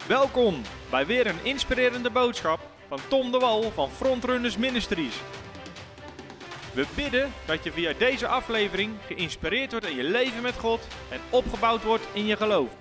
Welkom bij weer een inspirerende boodschap van Tom de Wal van Frontrunners Ministries. We bidden dat je via deze aflevering geïnspireerd wordt in je leven met God en opgebouwd wordt in je geloof.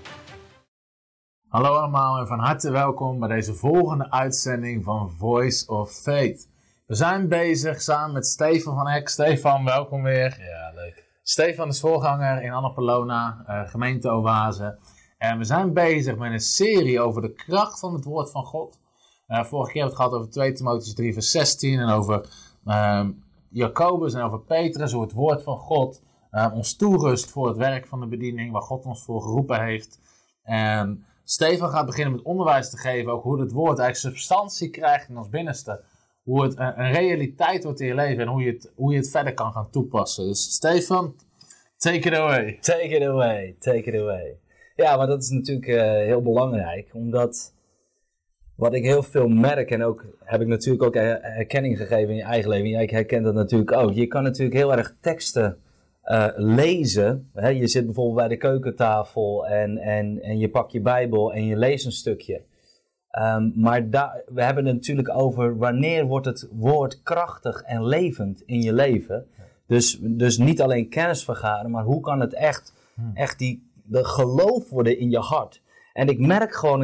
Hallo allemaal en van harte welkom bij deze volgende uitzending van Voice of Faith. We zijn bezig samen met Stefan van Eck. Stefan, welkom weer. Ja, leuk. Stefan is voorganger in Annapolona, gemeente Oase. En we zijn bezig met een serie over de kracht van het woord van God. Vorige keer hebben we het gehad over 2 Timotheüs 3 vers 16 en over Jacobus en over Petrus, hoe het woord van God ons toerust voor het werk van de bediening, waar God ons voor geroepen heeft. En Stefan gaat beginnen met onderwijs te geven, ook hoe het woord eigenlijk substantie krijgt in ons binnenste. Hoe het een realiteit wordt in je leven en hoe je het verder kan gaan toepassen. Dus Stefan, take it away. Take it away, take it away. Ja, maar dat is natuurlijk heel belangrijk, omdat wat ik heel veel merk, en ook heb ik natuurlijk ook herkenning gegeven in je eigen leven. Jij herkent dat natuurlijk ook. Je kan natuurlijk heel erg teksten lezen. Hè? Je zit bijvoorbeeld bij de keukentafel en je pakt je Bijbel en je leest een stukje. Maar we hebben het natuurlijk over wanneer wordt het woord krachtig en levend in je leven. Dus niet alleen kennis vergaren, maar hoe kan het echt de geloof worden in je hart. En ik merk gewoon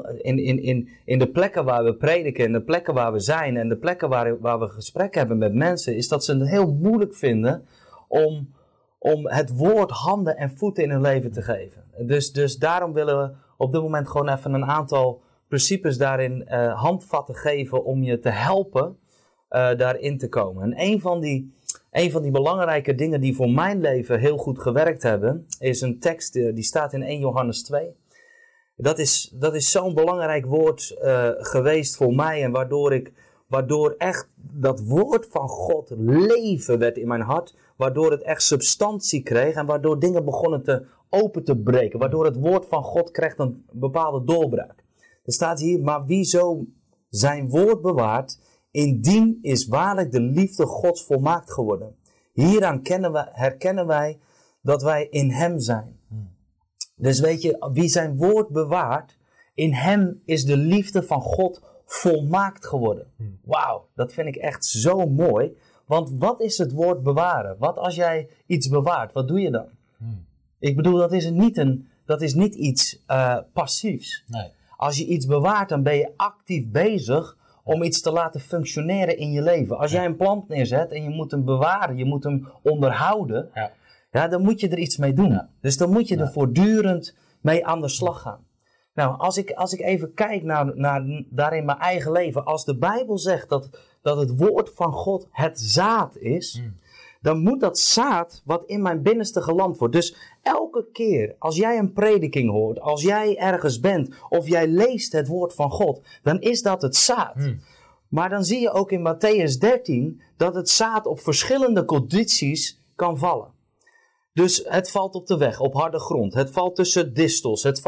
in de plekken waar we prediken, en de plekken waar we zijn en de plekken waar we gesprekken hebben met mensen, is dat ze het heel moeilijk vinden om het woord handen en voeten in hun leven te geven. Dus daarom willen we op dit moment gewoon even een aantal principes daarin handvatten geven om je te helpen daarin te komen. En een van die belangrijke dingen die voor mijn leven heel goed gewerkt hebben, is een tekst die staat in 1 Johannes 2. Dat is zo'n belangrijk woord geweest voor mij, en waardoor echt dat woord van God leven werd in mijn hart, waardoor het echt substantie kreeg en waardoor dingen begonnen open te breken, waardoor het woord van God kreeg een bepaalde doorbraak. Er staat hier: maar wie zo zijn woord bewaart, indien is waarlijk de liefde Gods volmaakt geworden. Hieraan herkennen wij dat wij in hem zijn. Dus weet je, wie zijn woord bewaart, in hem is de liefde van God volmaakt geworden. Wauw, dat vind ik echt zo mooi. Want wat is het woord bewaren? Wat als jij iets bewaart, wat doe je dan? Ik bedoel, dat is niet iets passiefs. Nee. Als je iets bewaart, dan ben je actief bezig om iets te laten functioneren in je leven. Als jij een plant neerzet en je moet hem bewaren, je moet hem onderhouden, ja, dan moet je er iets mee doen. Ja. Dus dan moet je er voortdurend mee aan de slag gaan. Nou, als ik even kijk naar daarin mijn eigen leven, als de Bijbel zegt dat het woord van God het zaad is, dan moet dat zaad wat in mijn binnenste geland wordt. Dus elke keer als jij een prediking hoort, als jij ergens bent of jij leest het woord van God, dan is dat het zaad. Maar dan zie je ook in Mattheüs 13 dat het zaad op verschillende condities kan vallen. Dus het valt op de weg, op harde grond. Het valt tussen distels. Het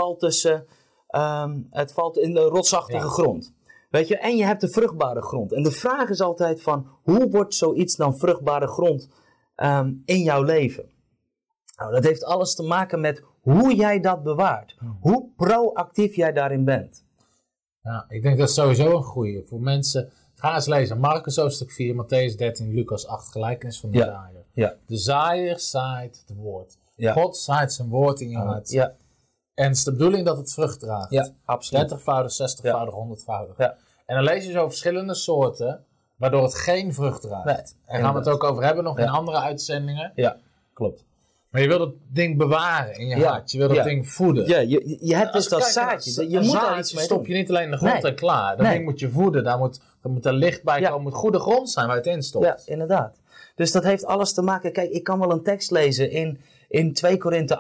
valt in de rotsachtige grond. Weet je, en je hebt de vruchtbare grond. En de vraag is altijd van, hoe wordt zoiets dan vruchtbare grond in jouw leven? Nou, dat heeft alles te maken met hoe jij dat bewaart. Hoe proactief jij daarin bent. Ja, ik denk dat is sowieso een goeie. Voor mensen, ga eens lezen. Marcus hoofdstuk 4, Mattheüs 13, Lucas 8, gelijkenis van de zaaier. Ja. De zaaier zaait het woord. Ja. God zaait zijn woord in je hart. Ja. En het is de bedoeling dat het vrucht draagt. Ja, absoluut. 30voudig, 60voudig, 100voudig. Ja. En dan lees je zo verschillende soorten, waardoor het geen vrucht draagt. Nee, en gaan we het ook over hebben nog in andere uitzendingen. Ja, klopt. Maar je wil dat ding bewaren in je hart. Je wil dat ding voeden. Ja, je hebt dus dat zaadje. Je moet daar iets mee stop je niet alleen in de grond en klaar. Dat ding moet je voeden. Daar moet er licht bij komen. Het moet goede grond zijn waar je het in stopt. Ja, inderdaad. Dus dat heeft alles te maken. Kijk, ik kan wel een tekst lezen in 2 Korinthe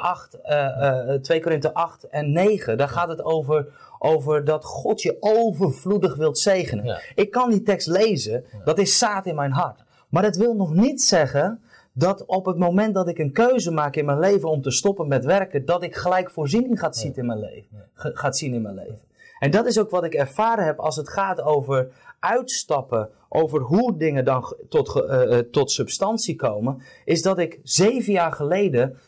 8 en 9. Daar gaat het over dat God je overvloedig wilt zegenen. Ja. Ik kan die tekst lezen. Dat is zaad in mijn hart. Maar dat wil nog niet zeggen dat op het moment dat ik een keuze maak in mijn leven om te stoppen met werken, dat ik gelijk voorziening gaat zien in mijn leven. En dat is ook wat ik ervaren heb als het gaat over uitstappen, over hoe dingen dan tot substantie komen, is dat ik 7 jaar geleden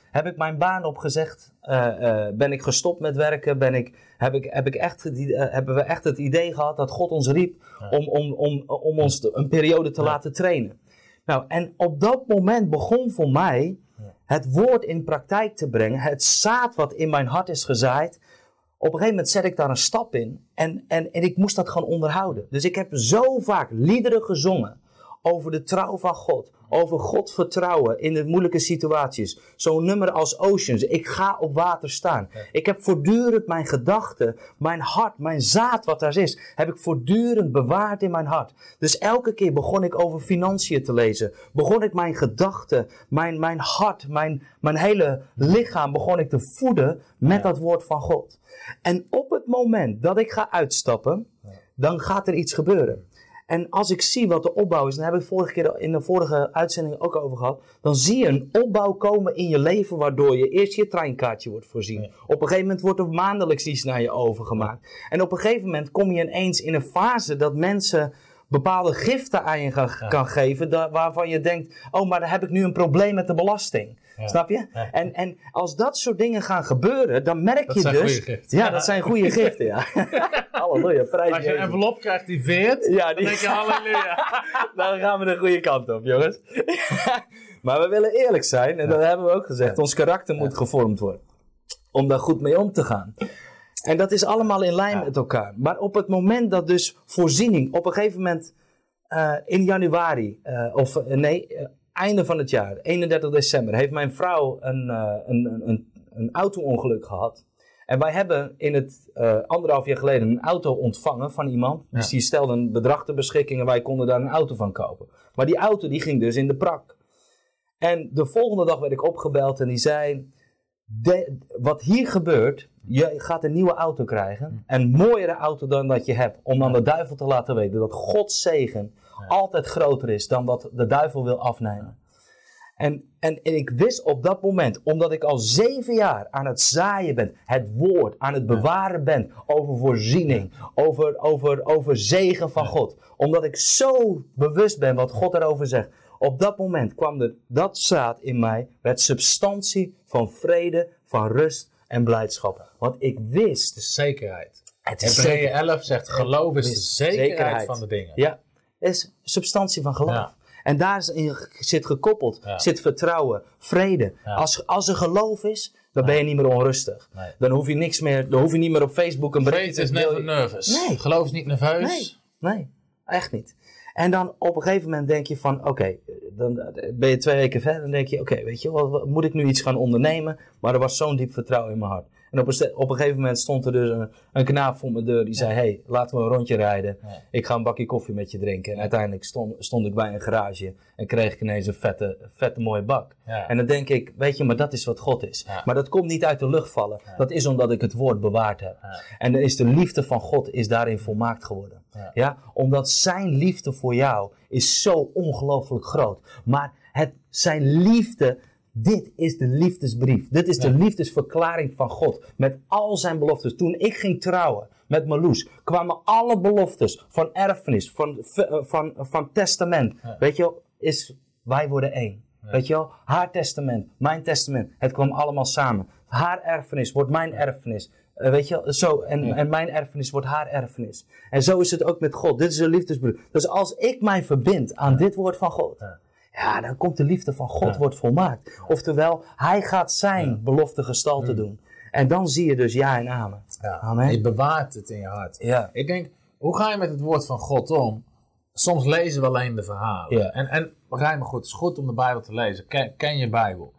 Heb ik mijn baan opgezegd? Ben ik gestopt met werken? Hebben we echt het idee gehad dat God ons riep om ons een periode te laten trainen? Nou, en op dat moment begon voor mij het woord in praktijk te brengen. Het zaad wat in mijn hart is gezaaid. Op een gegeven moment zet ik daar een stap in. En ik moest dat gaan onderhouden. Dus ik heb zo vaak liederen gezongen over de trouw van God. Over God vertrouwen in de moeilijke situaties. Zo'n nummer als Oceans. Ik ga op water staan. Ja. Ik heb voortdurend mijn gedachten, mijn hart, mijn zaad wat daar is, heb ik voortdurend bewaard in mijn hart. Dus elke keer begon ik over financiën te lezen. Begon ik mijn gedachten, mijn hart, mijn hele lichaam begon ik te voeden met dat woord van God. En op het moment dat ik ga uitstappen, dan gaat er iets gebeuren. En als ik zie wat de opbouw is, en daar heb ik vorige keer in de vorige uitzending ook over gehad, dan zie je een opbouw komen in je leven waardoor je eerst je treinkaartje wordt voorzien. Ja. Op een gegeven moment wordt er maandelijks iets naar je overgemaakt. En op een gegeven moment kom je ineens in een fase dat mensen bepaalde giften aan je kan geven, waarvan je denkt, oh, maar dan heb ik nu een probleem met de belasting. Ja. Snap je? Ja. En als dat soort dingen gaan gebeuren, dan merk je dus... Ja, dat zijn goede giften, ja. Halleluja, prijs. Als je een envelop krijgt die veert, dan denk je halleluja. Dan gaan we de goede kant op, jongens. Maar we willen eerlijk zijn, en dat hebben we ook gezegd, ons karakter moet gevormd worden. Om daar goed mee om te gaan. En dat is allemaal in lijn met elkaar. Maar op het moment dat dus voorziening, op een gegeven moment in januari, einde van het jaar, 31 december, heeft mijn vrouw een auto-ongeluk gehad. En wij hebben in het 1,5 jaar geleden een auto ontvangen van iemand. Ja. Dus die stelde een bedrag ter beschikking en wij konden daar een auto van kopen. Maar die auto die ging dus in de prak. En de volgende dag werd ik opgebeld en die zei, wat hier gebeurt, je gaat een nieuwe auto krijgen. Een mooiere auto dan dat je hebt. Om aan de duivel te laten weten dat Gods zegen altijd groter is dan wat de duivel wil afnemen. En ik wist op dat moment, omdat ik al 7 jaar aan het zaaien ben, het woord aan het bewaren ben over voorziening, over zegen van God. Omdat ik zo bewust ben wat God erover zegt. Op dat moment kwam dat zaad in mij met substantie van vrede, van rust en blijdschap. Want ik wist... De zekerheid. Hebreeën 11 zegt, geloof is de zekerheid van de dingen. Ja, is substantie van geloof. Ja. En daar zit gekoppeld, zit vertrouwen, vrede. Ja. Als er geloof is, dan ben je niet meer onrustig. Nee. Dan hoef je niet meer op Facebook een bericht te delen. Faith is never nervous. Nee. Geloof is niet nerveus. Nee, echt niet. En dan op een gegeven moment denk je van, oké, dan ben je 2 weken verder. Dan denk je, oké, weet je wel, moet ik nu iets gaan ondernemen? Maar er was zo'n diep vertrouwen in mijn hart. En op een gegeven moment stond er dus een knaap voor mijn deur die zei, hey, laten we een rondje rijden. Ja. Ik ga een bakje koffie met je drinken. En uiteindelijk stond ik bij een garage en kreeg ik ineens een vette mooie bak. Ja. En dan denk ik, weet je, maar dat is wat God is. Ja. Maar dat komt niet uit de lucht vallen. Ja. Dat is omdat ik het woord bewaard heb. Ja. En dan is de liefde van God is daarin volmaakt geworden. Ja. Ja? Omdat zijn liefde voor jou is zo ongelooflijk groot. Maar zijn liefde... Dit is de liefdesbrief. Dit is de liefdesverklaring van God. Met al zijn beloftes. Toen ik ging trouwen met Marloes, kwamen alle beloftes van erfenis, van testament. Ja. Weet je wel, wij worden één. Ja. Weet je wel, haar testament, mijn testament. Het kwam allemaal samen. Haar erfenis wordt mijn erfenis. Weet je wel, zo. En mijn erfenis wordt haar erfenis. En zo is het ook met God. Dit is een liefdesbrief. Dus als ik mij verbind aan dit woord van God... Ja, dan komt de liefde van God wordt volmaakt. Ja. Oftewel, hij gaat zijn belofte gestalte doen. En dan zie je dus ja en amen. Ja. Amen. Je bewaart het in je hart. Ja. Ik denk, hoe ga je met het woord van God om? Soms lezen we alleen de verhalen. Ja. En begrijp me goed, het is goed om de Bijbel te lezen. Ken je Bijbel.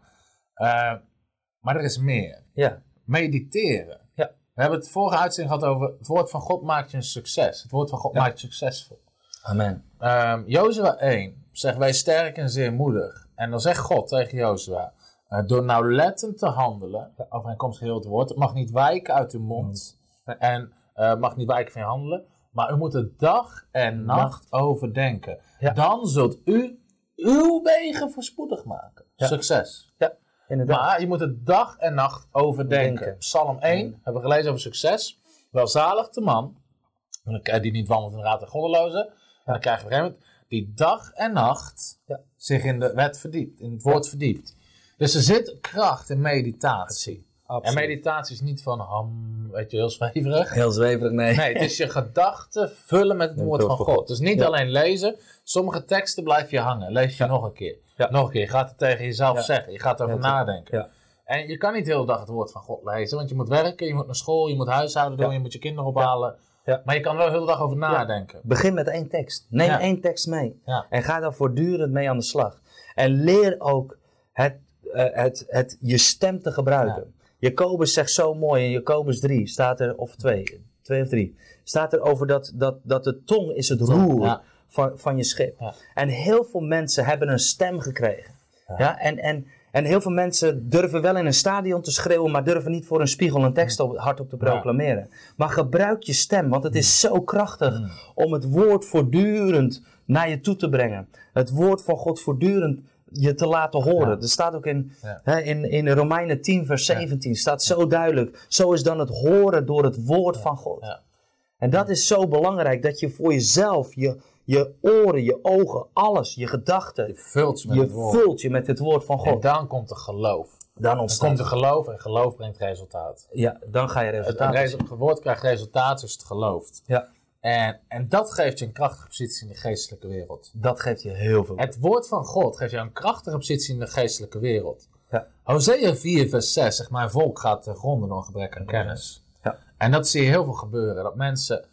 Maar er is meer. Ja. Mediteren. Ja. We hebben het vorige uitzending gehad over het woord van God maakt je een succes. Het woord van God maakt je succesvol. Amen. Jozua 1 zegt, wij sterk en zeer moedig. En dan zegt God tegen Jozua, door nauwlettend te handelen, overeenkomstig heel het woord, het mag niet wijken uit uw mond en mag niet wijken van je handelen, maar u moet er dag en nacht over denken. Ja. Dan zult u uw wegen voorspoedig maken. Ja. Succes. Ja, inderdaad. Maar je moet er dag en nacht over denken. Psalm 1 hebben we gelezen over succes. Welzalig de man, die niet wandelt in de raad der goddelozen. En dan krijg je op een gegeven moment die dag en nacht zich in de wet verdiept, in het woord verdiept. Dus er zit kracht in meditatie. Absoluut. En meditatie is niet van, weet je, heel zweverig. Heel zweverig, nee. Nee, het is je gedachten vullen met het woord van God. Dus niet alleen lezen. Sommige teksten blijf je hangen. Lees je nog een keer. Ja. Nog een keer. Je gaat het tegen jezelf zeggen. Je gaat erover nadenken. Ja. En je kan niet de hele dag het woord van God lezen. Want je moet werken, je moet naar school, je moet huishouden doen, je moet je kinderen ophalen. Ja. Maar je kan wel de hele dag over nadenken. Begin met 1 tekst. Neem 1 tekst mee. Ja. En ga daar voortdurend mee aan de slag. En leer ook je stem te gebruiken. Ja. Jacobus zegt zo mooi in Jacobus 3, staat er, of 2 of 3, staat er over dat de tong is het roer van je schip. Ja. En heel veel mensen hebben een stem gekregen. Ja. En heel veel mensen durven wel in een stadion te schreeuwen, maar durven niet voor een spiegel een tekst hardop te proclameren. Maar gebruik je stem, want het is zo krachtig om het woord voortdurend naar je toe te brengen. Het woord van God voortdurend je te laten horen. Ja. Er staat ook in Romeinen 10 vers 17, staat zo duidelijk. Zo is dan het horen door het woord van God. Ja. En dat is zo belangrijk, dat je voor jezelf, je oren, je ogen, alles, je gedachten, je vult je met het woord van God. En dan komt er geloof. Dan komt er geloof en geloof brengt resultaat. Ja, dan ga je resultaat. Het woord krijgt resultaat als het gelooft. Ja. En dat geeft je een krachtige positie in de geestelijke wereld. Dat geeft je heel veel. Het woord van God geeft je een krachtige positie in de geestelijke wereld. Ja. Hosea 4 vers 6 zegt, mijn volk gaat te gronden door een gebrek aan kennis. Ja. En dat zie je heel veel gebeuren. Dat mensen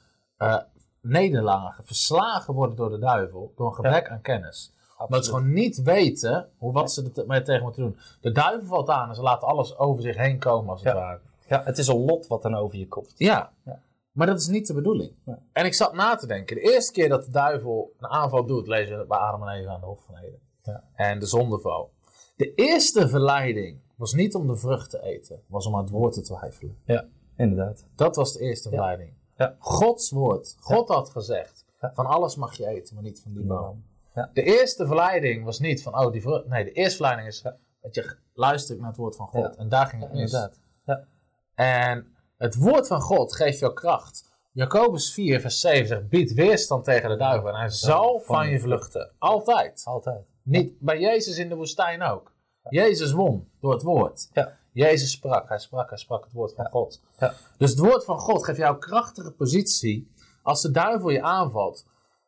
nederlagen, verslagen worden door de duivel door een gebrek aan kennis. Absoluut. Omdat ze gewoon niet weten wat ze er tegen moeten doen. De duivel valt aan en ze laten alles over zich heen komen als het ware. Ja, het is een lot wat dan over je komt. Ja. Maar dat is niet de bedoeling. Nee. En ik zat na te denken. De eerste keer dat de duivel een aanval doet, lezen we bij Adam en Eva aan de Hof van Eden. Ja. En de zondeval. De eerste verleiding was niet om de vrucht te eten. Was om aan het woord te twijfelen. Ja, inderdaad. Dat was de eerste verleiding. Ja. Gods woord. God had gezegd. Van alles mag je eten, maar niet van die boom. Ja. De eerste verleiding was niet van, die vrucht. Nee, de eerste verleiding is dat je luistert naar het woord van God. Ja. En daar ging het mis. Inderdaad. Ja. En het woord van God geeft jou kracht. Jacobus 4 vers 7 zegt, bied weerstand tegen de duivel. En hij zal van je vluchten. Altijd. Altijd. Niet bij Jezus in de woestijn ook. Ja. Jezus won door het woord. Ja. Jezus sprak. Hij sprak het woord van God. Ja. Dus het woord van God geeft jou een krachtige positie als de duivel je aanvalt.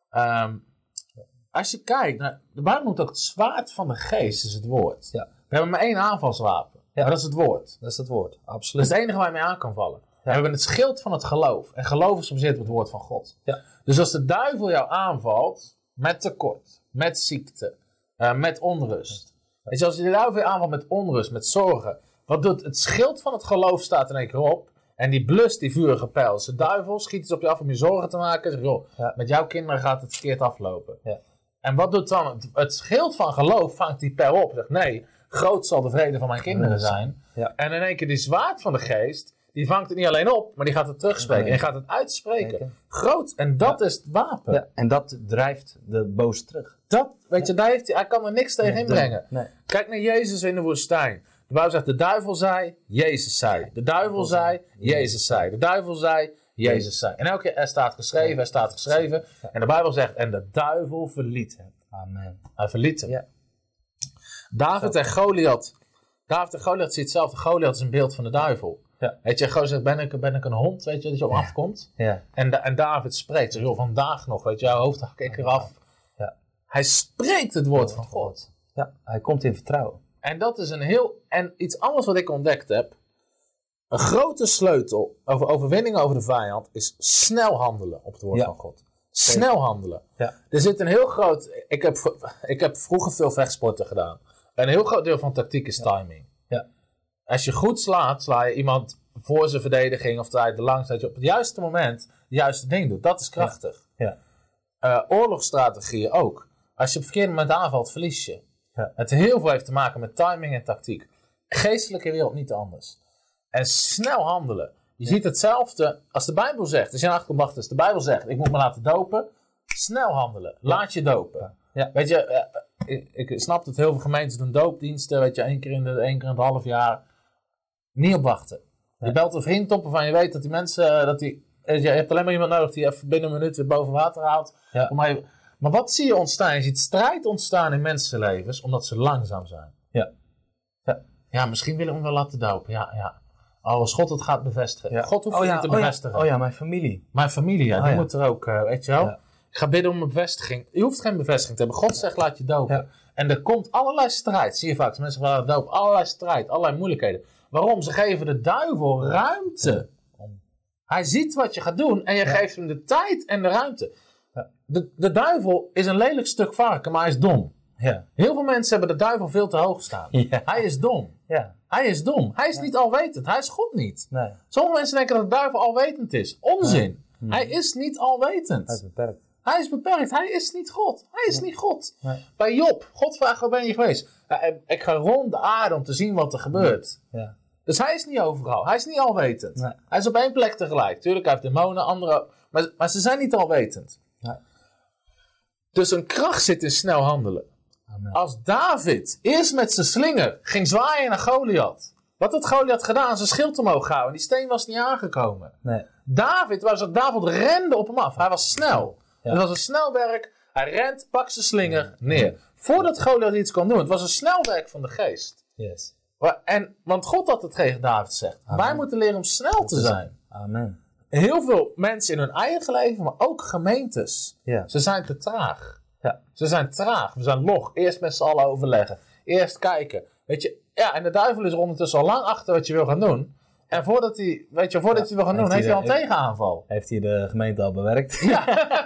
Als je kijkt, de Bijbel noemt ook het zwaard van de geest is het woord. Ja. We hebben maar 1 aanvalswapen. Ja. Maar dat is het woord. Dat is het woord, absoluut. Dat is het enige waar je mee aan kan vallen. Ja. We hebben het schild van het geloof. En geloof is gebaseerd op het woord van God. Ja. Dus als de duivel jou aanvalt met tekort, met ziekte, met onrust. Weet je, als je de duivel je aanvalt met onrust, met zorgen. Wat doet het schild van het geloof staat in één keer op. En die blust die vurige pijl. Dus de duivel schiet iets op je af om je zorgen te maken. Zeg, joh, met jouw kinderen gaat het verkeerd aflopen. Ja. En wat doet dan? Het schild van geloof vangt die pijl op. Zegt nee, groot zal de vrede van mijn kinderen zijn. Ja. En in één keer die zwaard van de geest, die vangt het niet alleen op, maar die gaat het terugspreken. En die gaat het uitspreken. Groot. En dat is het wapen. Ja. En dat drijft de boos terug. Dat, weet je, hij kan er niks tegen inbrengen. Nee. Kijk naar Jezus in de woestijn. De Bijbel zegt, de duivel zei, Jezus zei. De duivel zei, Jezus zei. De duivel zei, Jezus zei. En elke keer, er staat geschreven. En de Bijbel zegt, en de duivel verliet hem. Amen. Hij verliet hem. Ja. David en Goliath ziet hetzelfde. Goliath is een beeld van de duivel. Ja. Weet je, Goliath zegt, ben ik een hond, weet je, dat je op afkomt. Ja. En David spreekt, zegt, joh, vandaag nog, weet je, jouw hoofd hak ik eraf. Ja. Hij spreekt het woord van God. Ja, hij komt in vertrouwen. En dat is en iets anders wat ik ontdekt heb. Een grote sleutel over overwinning over de vijand is snel handelen op het woord van God. Snel handelen. Ja. Er zit een heel groot... Ik heb vroeger veel vechtsporten gedaan. En een heel groot deel van tactiek is timing. Ja. Als je goed slaat, sla je iemand voor zijn verdediging of de langs, dat je op het juiste moment het juiste ding doet. Dat is krachtig. Ja. Oorlogsstrategieën ook. Als je op het verkeerde moment aanvalt, verlies je. Ja. Het heel veel heeft te maken met timing en tactiek. Geestelijke wereld niet anders. En snel handelen. Je ziet hetzelfde als de Bijbel zegt. Als je achterkomt wachten, als de Bijbel zegt, ik moet me laten dopen. Snel handelen. Laat je dopen. Ja. Weet je, ik snap dat heel veel gemeentes doen doopdiensten. Weet je, één keer in het half jaar. Niet op wachten. Ja. Je belt een vriend op waarvan je weet dat die mensen... je hebt alleen maar iemand nodig die even binnen een minuut weer boven water haalt. Ja. Maar wat zie je ontstaan? Je ziet strijd ontstaan in mensenlevens omdat ze langzaam zijn. Ja. Ja. Ja, misschien wil ik hem wel laten dopen. Ja. Als God het gaat bevestigen. Ja. God hoeft het niet te bevestigen. Oh ja, mijn familie. Mijn familie, die moet er ook, weet je wel. Ja. Ik ga bidden om een bevestiging. Je hoeft geen bevestiging te hebben. God zegt, laat je dopen. Ja. En er komt allerlei strijd. Zie je vaak, als mensen willen dopen. Allerlei strijd, allerlei moeilijkheden. Waarom? Ze geven de duivel ruimte. Hij ziet wat je gaat doen en je geeft hem de tijd en de ruimte. Ja. De duivel is een lelijk stuk varken, maar hij is dom. Ja. Heel veel mensen hebben de duivel veel te hoog staan. Ja. Hij is dom. Ja. Hij is dom. Hij is niet alwetend. Hij is God niet. Nee. Sommige mensen denken dat de duivel alwetend is. Onzin. Hij is niet alwetend. Hij is beperkt. Hij is beperkt. Hij is niet God. Hij is niet God. Nee. Bij Job. God vraagt, waar ben je geweest? Ja, ik ga rond de aarde om te zien wat er gebeurt. Ja. Dus hij is niet overal. Hij is niet alwetend. Nee. Hij is op één plek tegelijk. Tuurlijk, hij heeft demonen, andere... Maar ze zijn niet alwetend. Nee. Dus een kracht zit in snel handelen. Amen. Als David eerst met zijn slinger ging zwaaien naar Goliath. Wat had Goliath gedaan? Zijn schild omhoog gehouden. Die steen was niet aangekomen. Nee. David rende op hem af. Hij was snel. Ja. Het was een snel werk. Hij rent, pakt zijn slinger neer. Voordat Goliath iets kon doen. Het was een snel werk van de geest. Yes. Want God had het tegen David gezegd. Amen. Wij moeten leren om snel te zijn. Amen. Heel veel mensen in hun eigen leven, maar ook gemeentes. Ja. Ze zijn te traag. Ja. Ze zijn traag. We zijn log. Eerst met z'n allen overleggen. Eerst kijken. Weet je, ja, en de duivel is er ondertussen al lang achter wat je wil gaan doen. En voordat hij het wil gaan doen, heeft hij al een tegenaanval. Heeft hij de gemeente al bewerkt? Ja.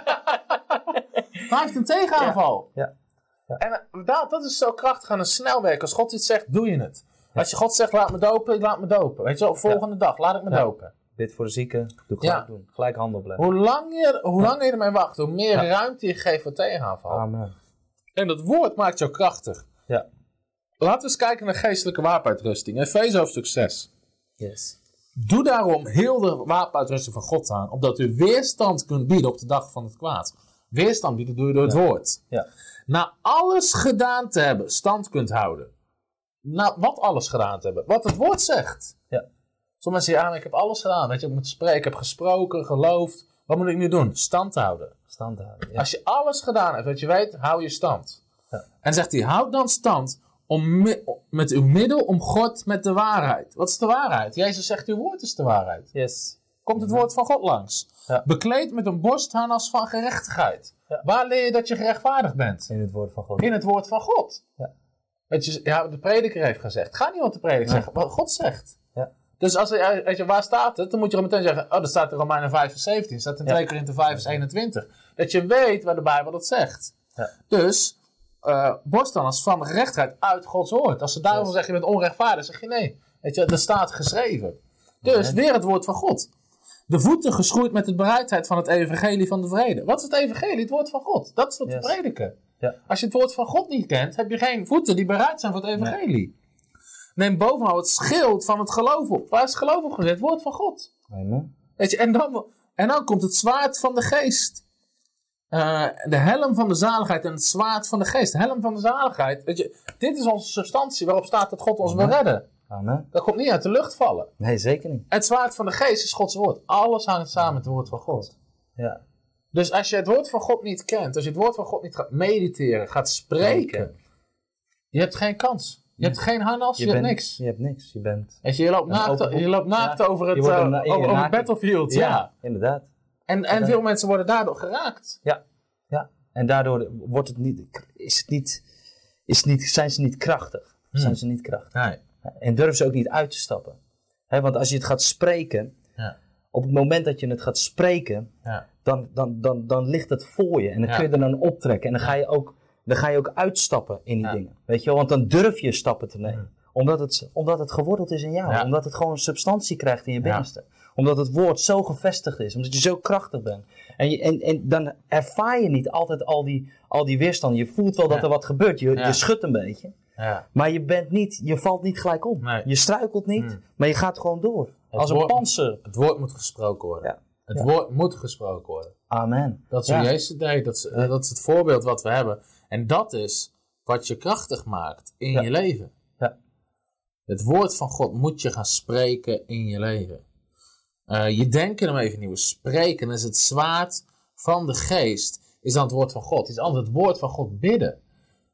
Hij heeft een tegenaanval. Ja. En dat is zo krachtig aan een snelwerk. Als God iets zegt, doe je het. Als je God zegt, laat me dopen, ik laat me dopen. Weet je wel, volgende dag, laat ik me dopen. Bid voor de zieken, doe gelijk doen. Gelijk hand opleggen. Hoe langer je ermee wacht, hoe meer ruimte je geeft voor tegenaanval. Amen. En dat woord maakt jou krachtig. Ja. Laten we eens kijken naar geestelijke wapenuitrusting. Efeze hoofdstuk 6. Yes. Doe daarom heel de wapenuitrusting van God aan, opdat u weerstand kunt bieden op de dag van het kwaad. Weerstand bieden doe je door het woord. Ja. Na alles gedaan te hebben, stand kunt houden. Wat alles gedaan te hebben? Wat het woord zegt. Ja. Sommige mensen zeggen, ik heb alles gedaan. Weet je, ik moet spreken, ik heb gesproken, geloofd. Wat moet ik nu doen? Stand houden. Stand houden. Ja. Als je alles gedaan hebt wat je weet, hou je stand. Ja. En zegt hij, houd dan stand met uw middel omgord met de waarheid. Wat is de waarheid? Jezus zegt, uw woord is de waarheid. Yes. Komt het woord van God langs. Ja. Bekleed met een borstharnas van gerechtigheid. Ja. Waar leer je dat je gerechtvaardigd bent? In het woord van God. In het woord van God. Ja. Weet je, de prediker heeft gezegd. Ga niet wat de prediker zegt, wat God zegt. Ja. Dus weet je, waar staat het? Dan moet je meteen zeggen, oh, dat staat in Romeinen 5 vers 17. Dat staat in 2 Korinthe 5 vers 21. Dat je weet waar de Bijbel dat zegt. Ja. Dus, borstharnas van de gerechtigheid uit Gods woord. Als de duivel zegt, je bent onrechtvaardig, zeg je nee. Weet je, dat staat geschreven. Dus, weer het woord van God. De voeten geschoeid met de bereidheid van het evangelie van de vrede. Wat is het evangelie? Het woord van God. Dat is wat we prediken. Ja. Als je het woord van God niet kent, heb je geen voeten die bereid zijn voor het evangelie. Nee. Neem bovenal het schild van het geloof op. Waar is het geloof op gezet? Het woord van God. Amen. Weet je, en dan komt het zwaard van de geest. De helm van de zaligheid en het zwaard van de geest. De helm van de zaligheid. Weet je, dit is onze substantie waarop staat dat God ons wil redden. Amen. Dat komt niet uit de lucht vallen. Nee, zeker niet. Het zwaard van de geest is Gods woord. Alles hangt samen met het woord van God. Ja. Dus als je het woord van God niet kent, als je het woord van God niet gaat mediteren, gaat spreken, je hebt geen kans. Je hebt geen harnas, je hebt niks. Je hebt niks. Je bent... Je loopt naakt over het battlefield. Ja, inderdaad. En veel mensen worden daardoor geraakt. Ja. En daardoor wordt het zijn ze niet krachtig. Zijn ze niet krachtig. Nee. En durven ze ook niet uit te stappen. Want als je het gaat spreken, op het moment dat je het gaat spreken, dan ligt het voor je. En dan kun je er dan optrekken. En dan ga je ook uitstappen in die dingen. Weet je wel? Want dan durf je stappen te nemen. Omdat het geworteld is in jou. Ja. Omdat het gewoon substantie krijgt in je binnenste. Omdat het woord zo gevestigd is. Omdat je zo krachtig bent. En dan ervaar je niet altijd al die weerstand. Je voelt wel dat er wat gebeurt. Je schudt een beetje. Ja. Maar je valt niet gelijk om. Nee. Je struikelt niet. Maar je gaat gewoon door. Als een panzer. Het woord moet gesproken worden. Ja. Het woord moet gesproken worden. Amen. Dat is hoe Jezus deed. Dat is het voorbeeld wat we hebben. En dat is wat je krachtig maakt in je leven. Ja. Het woord van God moet je gaan spreken in je leven. Je denken hem even nieuw. Spreken is het zwaard van de geest. Is dan het woord van God. Is altijd het woord van God bidden.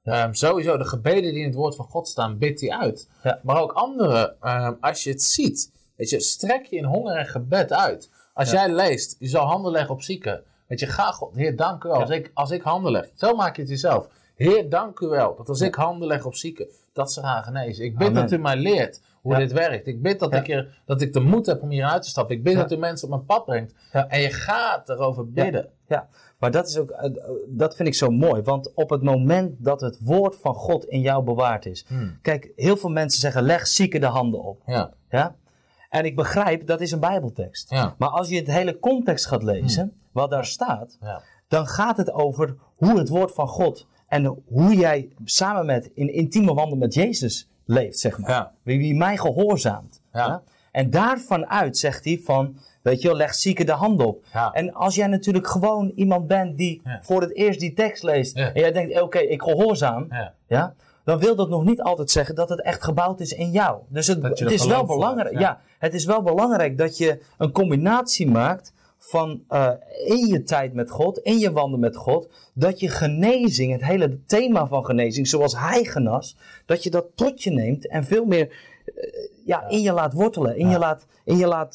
Sowieso, de gebeden die in het woord van God staan, bidt hij uit. Ja. Maar ook andere, als je het ziet, weet je, strek je in honger en gebed uit. Als jij leest, je zal handen leggen op zieken. Weet je, ga God, Heer, dank u wel. Als ik handen leg, zo maak je het jezelf. Heer, dank u wel, dat als ik handen leg op zieken, dat ze gaan genezen. Ik bid dat u mij leert hoe dit werkt. Ik bid dat ik de moed heb om hier uit te stappen. Ik bid dat u mensen op mijn pad brengt. Ja. En je gaat erover bidden. Ja. Maar dat is ook, dat vind ik zo mooi. Want op het moment dat het woord van God in jou bewaard is. Kijk, heel veel mensen zeggen, leg zieken de handen op. Ja? En ik begrijp, dat is een Bijbeltekst. Ja. Maar als je het hele context gaat lezen, wat daar staat, dan gaat het over hoe het woord van God en hoe jij samen met in intieme wandel met Jezus leeft, zeg maar. Ja. Wie mij gehoorzaamt. Ja. Ja? En daarvan uit zegt hij van, weet je wel, leg zieken de hand op. Ja. En als jij natuurlijk gewoon iemand bent die voor het eerst die tekst leest en jij denkt, oké, ik gehoorzaam, ja, dan wil dat nog niet altijd zeggen dat het echt gebouwd is in jou. Dus het is wel belangrijk. Het is wel belangrijk dat je een combinatie maakt van in je tijd met God, in je wandel met God, dat je genezing, het hele thema van genezing, zoals hij genas, dat je dat tot je neemt en veel meer in je laat wortelen, in je laat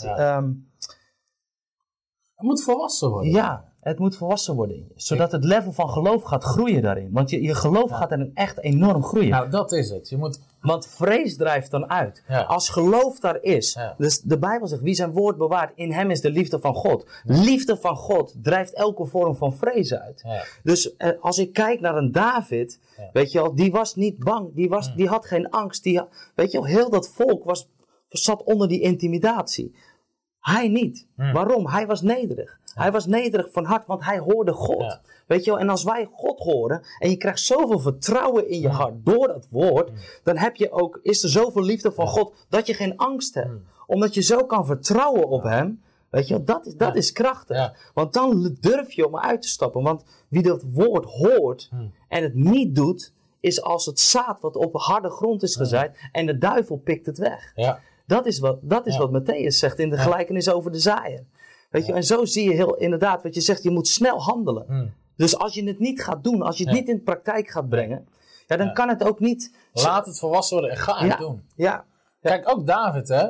het moet volwassen worden. Ja, het moet volwassen worden. Zodat het level van geloof gaat groeien daarin. Want je geloof gaat daarin echt enorm groeien. Nou, dat is het. Want vrees drijft dan uit. Ja. Als geloof daar is. Dus de Bijbel zegt, wie zijn woord bewaart, in hem is de liefde van God. Liefde van God drijft elke vorm van vrees uit. Ja. Dus als ik kijk naar een David, weet je wel, die was niet bang. Die had geen angst. Weet je wel, heel dat volk zat onder die intimidatie. Hij niet. Waarom? Hij was nederig. Hij was nederig van hart, want hij hoorde God. Ja. Weet je wel? En als wij God horen en je krijgt zoveel vertrouwen in je hart door dat woord, dan is er zoveel liefde van God dat je geen angst hebt. Omdat je zo kan vertrouwen op hem. Weet je wel? Dat is krachtig. Ja. Want dan durf je om uit te stappen. Want wie dat woord hoort en het niet doet, is als het zaad wat op harde grond is gezaaid en de duivel pikt het weg. Ja. Dat is wat Matthäus zegt in de gelijkenis over de zaaier. Weet je, en zo zie je heel inderdaad wat je zegt, je moet snel handelen. Dus als je het niet gaat doen, als je het niet in de praktijk gaat brengen, dan kan het ook niet. Laat het volwassen worden en ga het doen. Ja. Kijk, ook David, hè.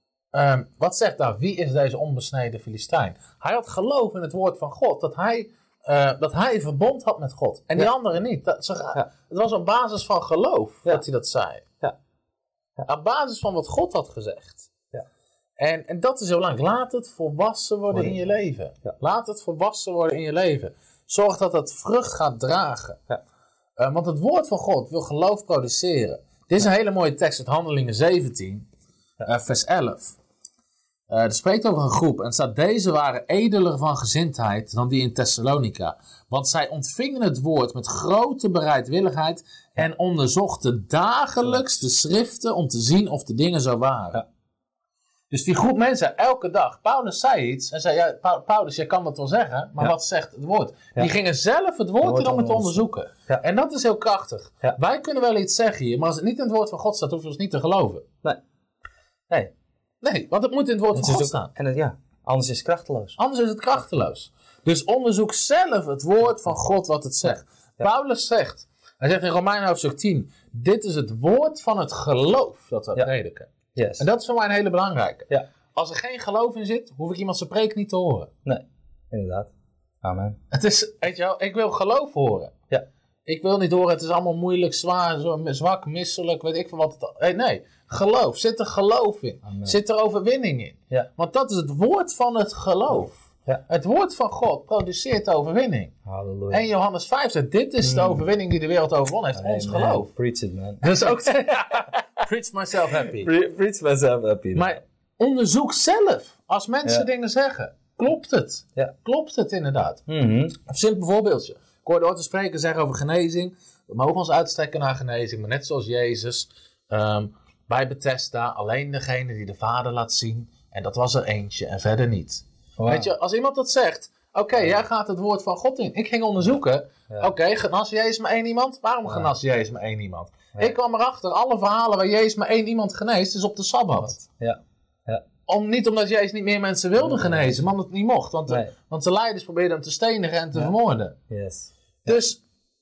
Wat zegt David? Wie is deze onbesneden Filistijn? Hij had geloof in het woord van God, dat hij verbond had met God. En die anderen niet. Het was op basis van geloof dat hij dat zei. Op basis van wat God had gezegd. Ja. En dat is heel belangrijk. Laat het volwassen worden in je leven. Ja. Laat het volwassen worden in je leven. Zorg dat het vrucht gaat dragen. Ja. Want het woord van God wil geloof produceren. Dit is een hele mooie tekst uit Handelingen 17, vers 11. Er spreekt over een groep en staat: deze waren edeler van gezindheid dan die in Thessalonica. Want zij ontvingen het woord met grote bereidwilligheid en onderzochten dagelijks de schriften om te zien of de dingen zo waren. Ja. Dus die groep mensen, elke dag, Paulus zei iets en zei, Paulus, jij kan dat wel zeggen, maar wat zegt het woord? Ja. Die gingen zelf het woord in om het te onderzoeken. Ja. En dat is heel krachtig. Ja. Wij kunnen wel iets zeggen hier, maar als het niet in het woord van God staat, hoef je ons niet te geloven. Nee, want het moet in het woord van God staan. En anders is het krachteloos. Anders is het krachteloos. Dus onderzoek zelf het woord van God wat het zegt. Ja. Paulus zegt, hij zegt in Romeinen hoofdstuk 10, dit is het woord van het geloof dat we prediken. Yes. En dat is voor mij een hele belangrijke. Ja. Als er geen geloof in zit, hoef ik iemand zijn preek niet te horen. Nee, inderdaad. Amen. Het is, weet je wel, ik wil geloof horen. Ja. Ik wil niet horen, het is allemaal moeilijk, zwaar, zwak, misselijk, weet ik veel wat het. Nee, geloof. Zit er geloof in? Amen. Zit er overwinning in? Ja. Want dat is het woord van het geloof. Ja. Het woord van God produceert overwinning. Halleluja. En Johannes 5 zegt, dit is de overwinning die de wereld overwonnen heeft. Ons geloof. Preach it, man. Dus ook preach myself happy. Preach myself happy. Man. Maar onderzoek zelf. Als mensen dingen zeggen. Klopt het? Ja. Klopt het inderdaad? Een simpel voorbeeldje. Ik hoorde ooit een spreker zeggen over genezing. We mogen ons uitstrekken naar genezing. Maar net zoals Jezus bij Bethesda. Alleen degene die de Vader laat zien. En dat was er eentje en verder niet. Wow. Weet je, als iemand dat zegt. Oké, jij gaat het woord van God in. Ik ging onderzoeken. Ja. Oké, genas Jezus maar één iemand? Waarom genas Jezus maar één iemand? Ja. Ik kwam erachter. Alle verhalen waar Jezus maar één iemand geneest. Is op de Sabbat. Ja. Niet omdat Jezus niet meer mensen wilde genezen. Maar omdat het niet mocht. Want de leiders probeerden hem te stenigen en te vermoorden. Yes. Dus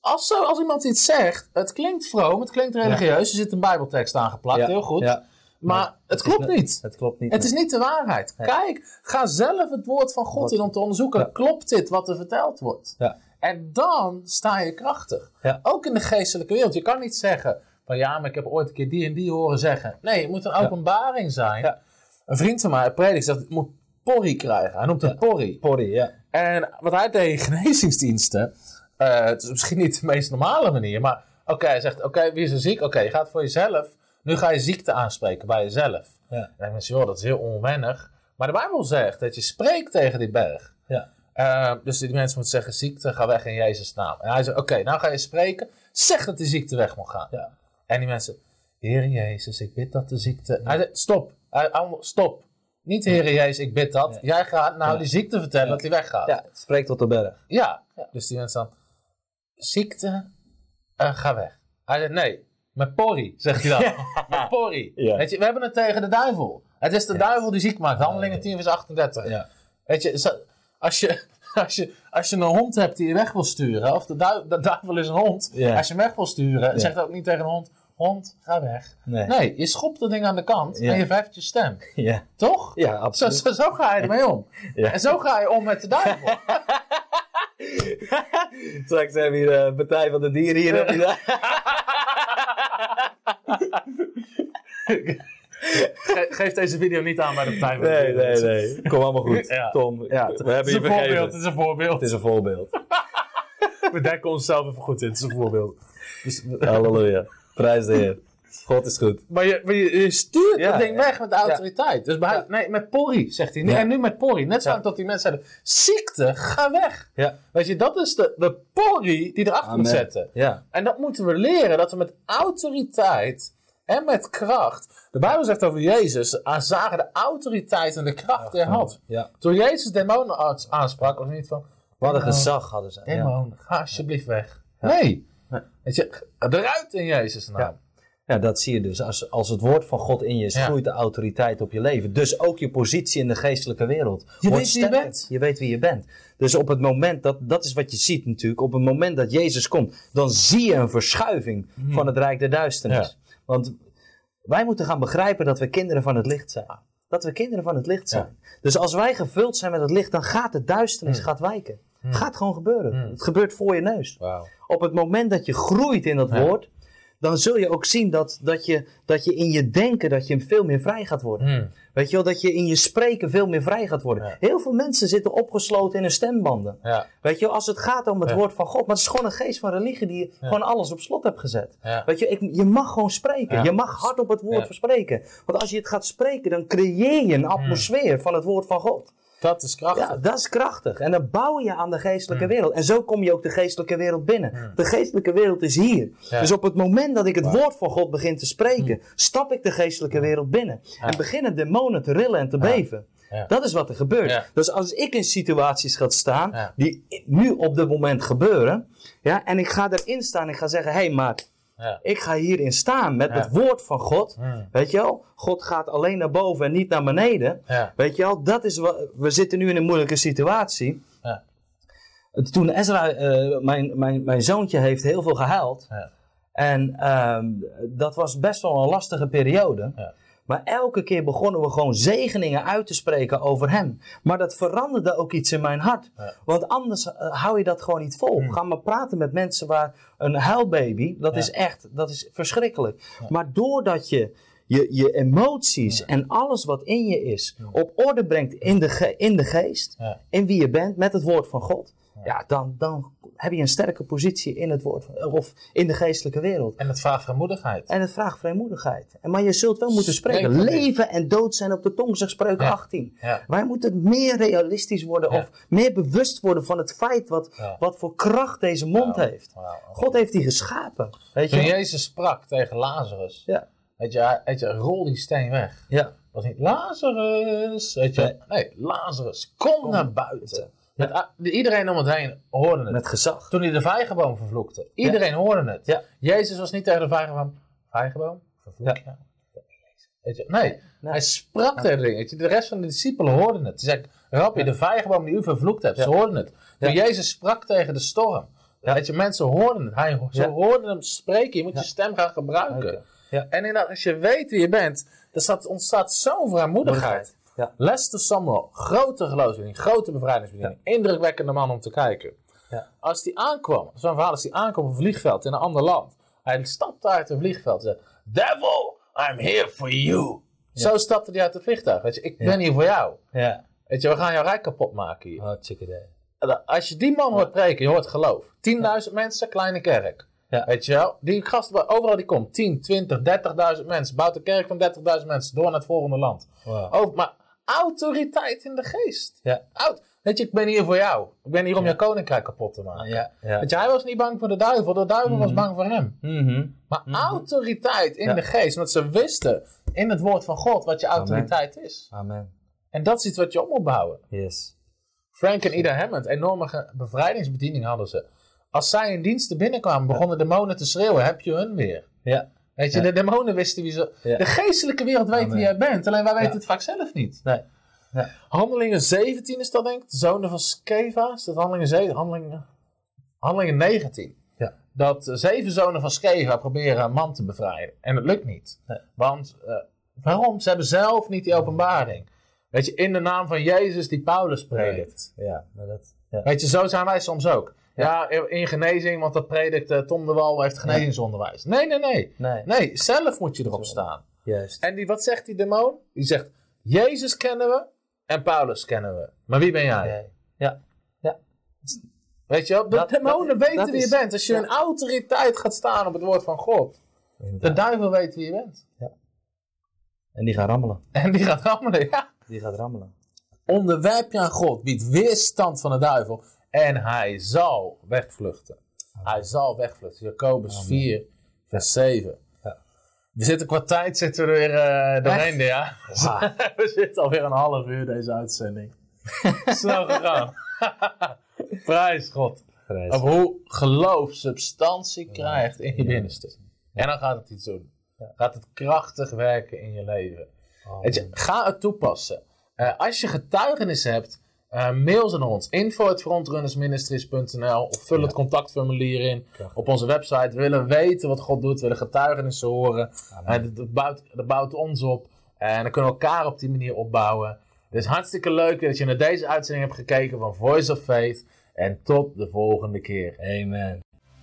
als iemand iets zegt, het klinkt vroom, het klinkt religieus, er zit een bijbeltekst aangeplakt, heel goed. Ja. Maar het klopt niet. Het klopt niet. Het is niet de waarheid. Ja. Kijk, ga zelf het woord van God in om te onderzoeken. Ja. Klopt dit wat er verteld wordt? Ja. En dan sta je krachtig. Ja. Ook in de geestelijke wereld. Je kan niet zeggen van ja, maar ik heb ooit een keer die en die horen zeggen. Nee, het moet een openbaring zijn. Ja. Een vriend van mij, een prediker, zegt, ik moet porrie krijgen. Hij noemt het porrie. Porrie, ja. En wat hij deed in genezingsdiensten, het is misschien niet de meest normale manier, maar hij zegt, wie is er ziek? Je gaat voor jezelf. Nu ga je ziekte aanspreken bij jezelf. Ja. En dan mensen, joh, dat is heel onwennig. Maar de Bijbel zegt dat je spreekt tegen die berg. Ja. Dus die mensen moeten zeggen, ziekte, ga weg in Jezus' naam. En hij zegt, nou ga je spreken. Zeg dat die ziekte weg mag gaan. Ja. En die mensen, Heer Jezus, ik bid dat de ziekte... Ja. Hij zegt, stop. Niet Heer Jezus, ik bid dat. Ja. Jij gaat die ziekte vertellen dat die weggaat. Ja, spreek tot de berg. Ja. Dus die mensen dan, ziekte, ga weg. Hij zegt, nee. Met porrie, zegt hij dan. Met porrie. Ja. Weet je, we hebben het tegen de duivel. Het is de duivel die ziek maakt. Handelingen 10 vers 38. Ja. Weet je, als je een hond hebt die je weg wil sturen, of de duivel is een hond, als je hem weg wil sturen, zegt hij ook niet tegen een hond, ga weg. Nee, je schopt dat ding aan de kant en je verheft je stem. Ja. Toch? Ja, absoluut. Zo ga je ermee om. Ja. En zo ga je om met de duivel. Straks hebben we hier de Partij van de Dieren hier. Geef deze video niet aan bij de Partij van de Dieren. Nee. Kom allemaal goed. Ja. Tom, we hebben je vergeven. Het is een voorbeeld. Het is een voorbeeld. We dekken onszelf even goed in. Het is een voorbeeld. Dus, halleluja. Prijs de Heer. God is goed. Maar je stuurt dat ding weg met de autoriteit. Dus met porrie, zegt hij. Ja. En nu met porrie. Net zoals dat die mensen zeiden, ziekte, ga weg. Ja. Weet je, dat is de porrie die erachter moet zetten. Ja. En dat moeten we leren, dat we met autoriteit en met kracht... De Bijbel zegt over Jezus, zagen de autoriteit en de kracht die hij had. Ja. Toen Jezus demonen aansprak, was het niet van... Wat een gezag hadden ze. Demon, ga alsjeblieft weg. Ja. Nee. Weet je, eruit in Jezus' naam. Ja. Ja, dat zie je dus. Als het woord van God in je is, groeit de autoriteit op je leven. Dus ook je positie in de geestelijke wereld. Je weet wie je bent. Je weet wie je bent. Dus op het moment, dat is wat je ziet natuurlijk. Op het moment dat Jezus komt, dan zie je een verschuiving van het rijk der duisternis. Ja. Want wij moeten gaan begrijpen dat we kinderen van het licht zijn. Dat we kinderen van het licht zijn. Ja. Dus als wij gevuld zijn met het licht, dan gaat de duisternis gaat wijken. Het gaat gewoon gebeuren. Het gebeurt voor je neus. Wow. Op het moment dat je groeit in dat woord, dan zul je ook zien dat je in je denken, dat je veel meer vrij gaat worden. Weet je wel, dat je in je spreken veel meer vrij gaat worden. Ja. Heel veel mensen zitten opgesloten in hun stembanden. Ja. Weet je wel, als het gaat om het woord van God, maar het is gewoon een geest van religie die gewoon alles op slot hebt gezet. Ja. Weet je, je mag gewoon spreken. Ja. Je mag hard op het woord verspreken. Want als je het gaat spreken, dan creëer je een atmosfeer van het woord van God. Dat is krachtig. Ja, dat is krachtig. En dan bouw je aan de geestelijke wereld. En zo kom je ook de geestelijke wereld binnen. De geestelijke wereld is hier. Ja. Dus op het moment dat ik het woord van God begin te spreken, stap ik de geestelijke wereld binnen. Ja. En beginnen demonen te rillen en te beven. Ja. Dat is wat er gebeurt. Ja. Dus als ik in situaties ga staan, die nu op dit moment gebeuren, en ik ga erin staan en ik ga zeggen, hé, maar... Ja. Ik ga hierin staan met het woord van God. Weet je wel? God gaat alleen naar boven en niet naar beneden. Ja. Weet je wel? Dat is we zitten nu in een moeilijke situatie. Ja. Toen Ezra, mijn zoontje, heeft heel veel gehuild. Ja. En dat was best wel een lastige periode. Ja. Maar elke keer begonnen we gewoon zegeningen uit te spreken over hem. Maar dat veranderde ook iets in mijn hart. Ja. Want anders hou je dat gewoon niet vol. Ga maar praten met mensen waar een huilbaby, dat is verschrikkelijk. Ja. Maar doordat je emoties en alles wat in je is op orde brengt in de geest, in wie je bent, met het woord van God. Ja, dan heb je een sterke positie in het woord of in de geestelijke wereld. En het vraagt vrijmoedigheid. Maar je zult wel moeten spreken. Leven en dood zijn op de tong, zegt Spreuken 18. Ja. Wij moeten meer realistisch worden of meer bewust worden van het feit wat voor kracht deze mond heeft. Wow. God heeft die geschapen. Weet je? Toen Jezus sprak tegen Lazarus, weet je, rol die steen weg. Ja. Was niet Lazarus, weet je? Nee, Lazarus, kom naar buiten. Iedereen om het heen hoorde het. Met gezag. Toen hij de vijgenboom vervloekte. Iedereen hoorde het. Ja. Jezus was niet tegen de vijgenboom vervloekt. Ja. Weet je? Nee, hij sprak tegen de dingen. De rest van de discipelen hoorden het. Hij zei, Rabbi, de vijgenboom die u vervloekt hebt, ze hoorden het. Toen Jezus sprak tegen de storm. Ja. Weet je, mensen hoorden het. Ze hoorden hem spreken. Je moet je stem gaan gebruiken. Okay. Ja. En inderdaad, als je weet wie je bent, ontstaat zo'n vrijmoedigheid. Ja. Lester Sumrall, grote geloofsbediening, grote bevrijdingsbediening. Ja. Indrukwekkende man om te kijken. Ja. Als die aankwam, zo'n verhaal, als die aankwam op een vliegveld in een ander land. Hij stapte uit het vliegveld en zei, Devil, I'm here for you. Ja. Zo stapte hij uit het vliegtuig. Weet je, ik ben hier voor jou. Ja. Weet je, we gaan jouw rijk kapot maken hier. Oh, chick idee. Als je die man hoort preken, je hoort geloof. 10.000 mensen, kleine kerk. Ja. Weet je wel? Die gast, overal die komt. 10, 20, 30.000 mensen. Bouwt een kerk van 30.000 mensen. Door naar het volgende land. Wow. Maar autoriteit in de geest. Ja. Weet je, ik ben hier voor jou. Ik ben hier om jouw koninkrijk kapot te maken. Ja. Ja. Weet je, hij was niet bang voor de duivel was bang voor hem. Maar autoriteit in de geest. Want ze wisten in het woord van God wat je autoriteit is. Amen. En dat is iets wat je op moet bouwen. Yes. Frank en Ida Hammond, enorme bevrijdingsbediening hadden ze. Als zij in diensten binnenkwamen, begonnen demonen te schreeuwen, heb je hun weer. Ja. Weet je, de demonen wisten wie ze... Ja. De geestelijke wereld weet wie jij bent, alleen wij weten het vaak zelf niet. Nee. Ja. Handelingen 17 is dat, denk ik. De zonen van Sceva. Is dat Handelingen 7? Handelingen 19. Ja. Dat 7 zonen van Sceva proberen een man te bevrijden. En het lukt niet. Nee. Want, waarom? Ze hebben zelf niet die openbaring. Weet je, in de naam van Jezus die Paulus predikt. Ja, maar dat... Ja. Weet je, zo zijn wij soms ook. Ja, in genezing, want dat predikt Tom de Wal, heeft genezingsonderwijs. Nee, zelf moet je erop staan. Juist. En wat zegt die demon? Die zegt, Jezus kennen we en Paulus kennen we. Maar wie ben jij? Ja. Weet je wel, de demonen weten wie je bent. Als je in autoriteit gaat staan op het woord van God. De duivel weet wie je bent. Ja. En die gaat rammelen. Ja. Die gaat rammelen. Onderwerp je aan God, biedt weerstand van de duivel. En hij zal wegvluchten. Amen. Hij zal wegvluchten. Jacobus 4, vers 7. Ja. We zitten qua tijd we er weer doorheen. Ja. Wow. We zitten alweer een half uur deze uitzending. Snel gegaan. Prijs God. Of hoe geloof substantie krijgt in je binnenste. En dan gaat het iets doen. Ja. Gaat het krachtig werken in je leven. Weet je, ga het toepassen. Als je getuigenissen hebt, mail ze naar ons. info@frontrunnersministries.nl of vul het contactformulier in op onze website. We willen weten wat God doet. We willen getuigenissen horen. Dat bouwt ons op. En dan kunnen we elkaar op die manier opbouwen. Het is hartstikke leuk dat je naar deze uitzending hebt gekeken van Voice of Faith. En tot de volgende keer. Amen.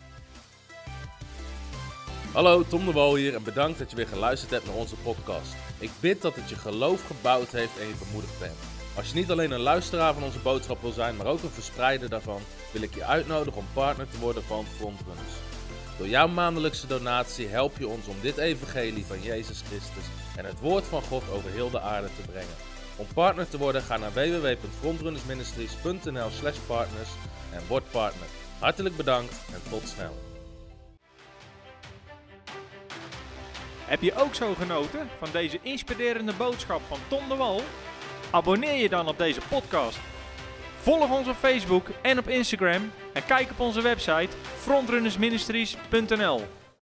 Hallo, Tom de Wal hier en bedankt dat je weer geluisterd hebt naar onze podcast. Ik bid dat het je geloof gebouwd heeft en je bemoedigd bent. Als je niet alleen een luisteraar van onze boodschap wil zijn, maar ook een verspreider daarvan, wil ik je uitnodigen om partner te worden van Frontrunners. Door jouw maandelijkse donatie help je ons om dit evangelie van Jezus Christus en het woord van God over heel de aarde te brengen. Om partner te worden, ga naar www.frontrunnersministries.nl/partners en word partner. Hartelijk bedankt en tot snel. Heb je ook zo genoten van deze inspirerende boodschap van Tom de Wal? Abonneer je dan op deze podcast. Volg ons op Facebook en op Instagram en kijk op onze website frontrunnersministries.nl.